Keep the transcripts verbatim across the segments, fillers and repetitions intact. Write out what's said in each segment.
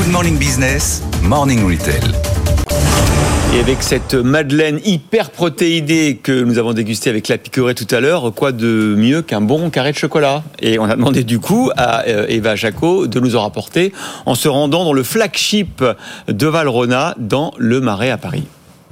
Good Morning Business, Morning Retail. Et avec cette madeleine hyper protéinée que nous avons dégustée avec la picorée tout à l'heure, quoi de mieux qu'un bon carré de chocolat? Et on a demandé du coup à Eva Jacot de nous en rapporter en se rendant dans le flagship de Valrhona dans le Marais à Paris.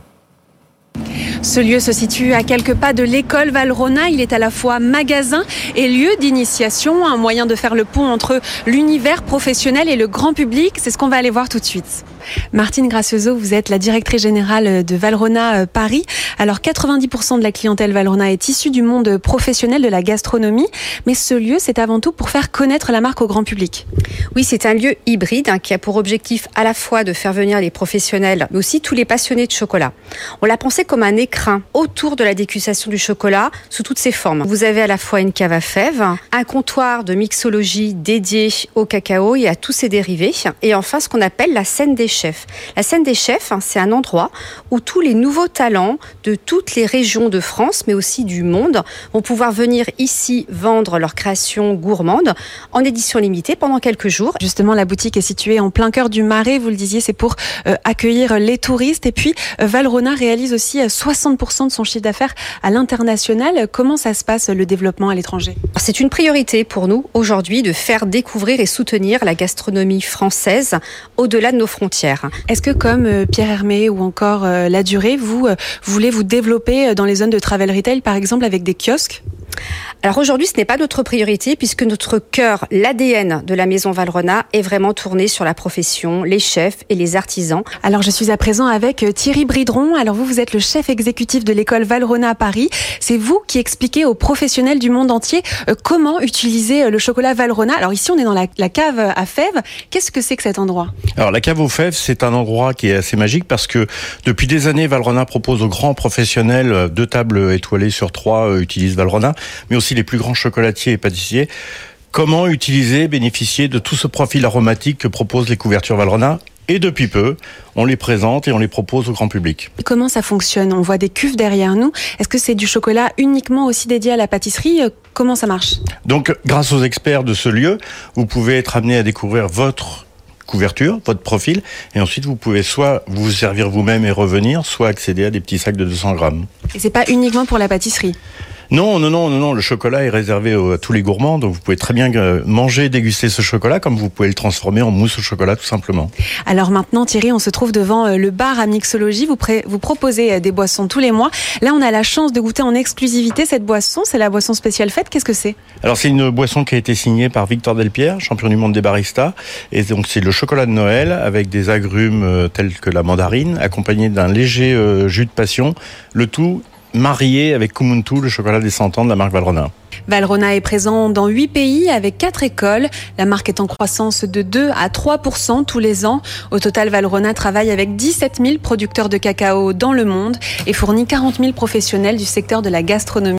Ce lieu se situe à quelques pas de l'école Valrhona. Il est à la fois magasin et lieu d'initiation, un moyen de faire le pont entre l'univers professionnel et le grand public. C'est ce qu'on va aller voir tout de suite. Martine Gracioso, vous êtes la directrice générale de Valrhona Paris. Alors quatre-vingt-dix pour cent de la clientèle Valrhona est issue du monde professionnel de la gastronomie, mais ce lieu, c'est avant tout pour faire connaître la marque au grand public. Oui, c'est un lieu hybride hein, qui a pour objectif à la fois de faire venir les professionnels, mais aussi tous les passionnés de chocolat. On l'a pensé comme un écrin autour de la dégustation du chocolat sous toutes ses formes. Vous avez à la fois une cave à fèves, un comptoir de mixologie dédié au cacao et à tous ses dérivés, et enfin ce qu'on appelle la scène des chefs. La scène des chefs, c'est un endroit où tous les nouveaux talents de toutes les régions de France, mais aussi du monde, vont pouvoir venir ici vendre leurs créations gourmandes en édition limitée pendant quelques jours. Justement, la boutique est située en plein cœur du Marais, vous le disiez, c'est pour euh, accueillir les touristes. Et puis, euh, Valrhona réalise aussi soixante pour cent de son chiffre d'affaires à l'international. Comment ça se passe, le développement à l'étranger? C'est une priorité pour nous aujourd'hui de faire découvrir et soutenir la gastronomie française au-delà de nos frontières. Est-ce que comme euh, Pierre Hermé ou encore euh, La Durée, vous, euh, vous voulez vous développer dans les zones de travel retail, par exemple avec des kiosques? Alors aujourd'hui, ce n'est pas notre priorité puisque notre cœur, l'A D N de la maison Valrhona est vraiment tourné sur la profession, les chefs et les artisans. Alors je suis à présent avec Thierry Bridron. Alors vous, vous êtes le chef exécutif de l'école Valrhona à Paris. C'est vous qui expliquez aux professionnels du monde entier euh, comment utiliser le chocolat Valrhona. Alors ici, on est dans la, la cave à fèves. Qu'est-ce que c'est que cet endroit? Alors la cave aux fèves, c'est un endroit qui est assez magique parce que depuis des années, Valrhona propose aux grands professionnels, deux tables étoilées sur trois euh, utilisent Valrhona, mais aussi les plus grands chocolatiers et pâtissiers, comment utiliser, bénéficier de tout ce profil aromatique que proposent les couvertures Valrhona. Et depuis peu, on les présente et on les propose au grand public. Comment ça fonctionne? On voit des cuves derrière nous. Est-ce que c'est du chocolat uniquement aussi dédié à la pâtisserie? Comment ça marche? Donc, grâce aux experts de ce lieu, vous pouvez être amené à découvrir votre couverture, votre profil, et ensuite vous pouvez soit vous servir vous-même et revenir, soit accéder à des petits sacs de deux cents grammes. Et c'est pas uniquement pour la pâtisserie? Non, non, non, non, non, le chocolat est réservé à tous les gourmands, donc vous pouvez très bien manger, déguster ce chocolat, comme vous pouvez le transformer en mousse au chocolat, tout simplement. Alors maintenant, Thierry, on se trouve devant le bar à mixologie. Vous, pré- vous proposez des boissons tous les mois. Là, on a la chance de goûter en exclusivité cette boisson. C'est la boisson spéciale fête. Qu'est-ce que c'est? Alors, c'est une boisson qui a été signée par Victor Delpierre, champion du monde des baristas. Et donc, c'est le chocolat de Noël avec des agrumes tels que la mandarine, accompagné d'un léger euh, jus de passion. Le tout marié avec Kumuntu, le chocolat des cent ans de la marque Valrhona. Valrhona est présent dans huit pays avec quatre écoles. La marque est en croissance de deux à trois pour cent tous les ans. Au total, Valrhona travaille avec dix-sept mille producteurs de cacao dans le monde et fournit quarante mille professionnels du secteur de la gastronomie.